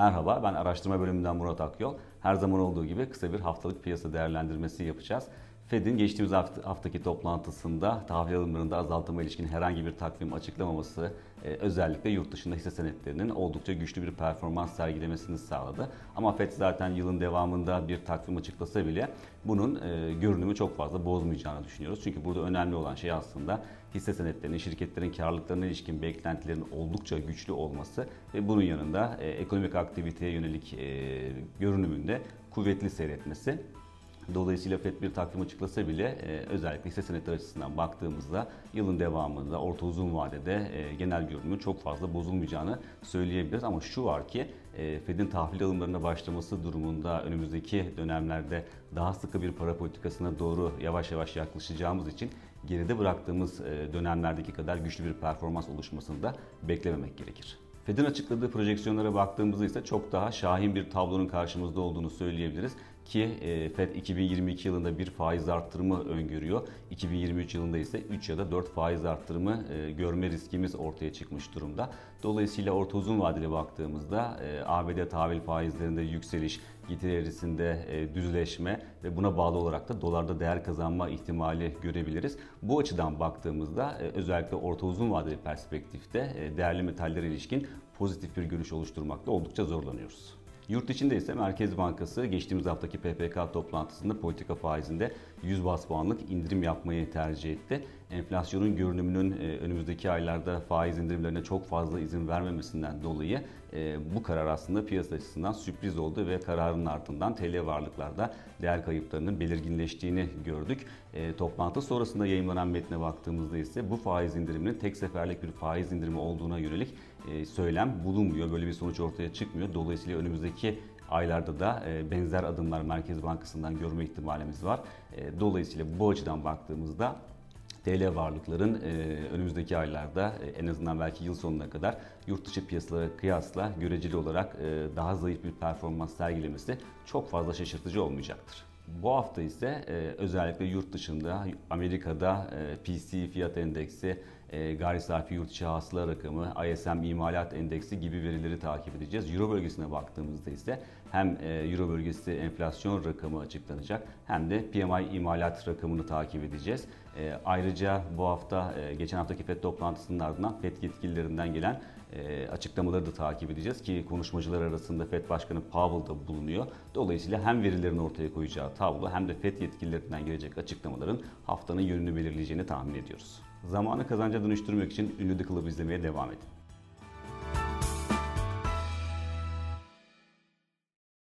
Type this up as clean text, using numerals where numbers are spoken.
Merhaba, ben araştırma bölümünden Murat Akyol. Her zaman olduğu gibi kısa bir haftalık piyasa değerlendirmesi yapacağız. Fed'in geçtiğimiz haftaki toplantısında tahvil alımlarında azaltıma ilişkin herhangi bir takvim açıklamaması özellikle yurt dışında hisse senetlerinin oldukça güçlü bir performans sergilemesini sağladı. Ama Fed zaten yılın devamında bir takvim açıklasa bile bunun görünümü çok fazla bozmayacağını düşünüyoruz. Çünkü burada önemli olan şey aslında hisse senetlerinin, şirketlerin karlılıklarına ilişkin beklentilerin oldukça güçlü olması ve bunun yanında ekonomik aktiviteye yönelik görünümünde kuvvetli seyretmesi. Dolayısıyla Fed bir takvim açıklasa bile özellikle hisse senetleri açısından baktığımızda yılın devamında orta uzun vadede genel görünümün çok fazla bozulmayacağını söyleyebiliriz. Ama şu var ki Fed'in tahvil alımlarına başlaması durumunda önümüzdeki dönemlerde daha sıkı bir para politikasına doğru yavaş yavaş yaklaşacağımız için geride bıraktığımız dönemlerdeki kadar güçlü bir performans oluşmasını da beklememek gerekir. Fed'in açıkladığı projeksiyonlara baktığımızda ise çok daha şahin bir tablonun karşımızda olduğunu söyleyebiliriz. Ki Fed 2022 yılında bir faiz arttırımı öngörüyor. 2023 yılında ise 3 ya da 4 faiz arttırımı görme riskimiz ortaya çıkmış durumda. Dolayısıyla orta uzun vadeli baktığımızda ABD tahvil faizlerinde yükseliş, getiri eğrisinde düzleşme ve buna bağlı olarak da dolarda değer kazanma ihtimali görebiliriz. Bu açıdan baktığımızda özellikle orta uzun vadeli perspektifte değerli metallere ilişkin pozitif bir görüş oluşturmakta oldukça zorlanıyoruz. Yurt içinde ise Merkez Bankası geçtiğimiz haftaki PPK toplantısında politika faizinde 100 bas puanlık indirim yapmayı tercih etti. Enflasyonun görünümünün önümüzdeki aylarda faiz indirimlerine çok fazla izin vermemesinden dolayı bu karar aslında piyasa açısından sürpriz oldu ve kararın ardından TL varlıklarda değer kayıplarının belirginleştiğini gördük. Toplantı sonrasında yayımlanan metne baktığımızda ise bu faiz indiriminin tek seferlik bir faiz indirimi olduğuna yönelik söylem bulunmuyor. Böyle bir sonuç ortaya çıkmıyor. Dolayısıyla önümüzdeki aylarda da benzer adımlar Merkez Bankası'ndan görme ihtimalimiz var. Dolayısıyla bu açıdan baktığımızda TL varlıkların önümüzdeki aylarda en azından belki yıl sonuna kadar yurt dışı piyasalara kıyasla göreceli olarak daha zayıf bir performans sergilemesi çok fazla şaşırtıcı olmayacaktır. Bu hafta ise özellikle yurt dışında Amerika'da PCE fiyat endeksi, gayri safi yurt içi hasıla rakamı, ISM imalat endeksi gibi verileri takip edeceğiz. Euro bölgesine baktığımızda ise hem Euro bölgesi enflasyon rakamı açıklanacak hem de PMI imalat rakamını takip edeceğiz. Ayrıca bu hafta geçen haftaki FED toplantısının ardından FED yetkililerinden gelen açıklamaları da takip edeceğiz ki konuşmacılar arasında FED Başkanı Powell da bulunuyor. Dolayısıyla hem verilerin ortaya koyacağı tablo hem de FED yetkililerinden gelecek açıklamaların haftanın yönünü belirleyeceğini tahmin ediyoruz. Zamanı kazanca dönüştürmek için ünlü The Club'ı izlemeye devam edin.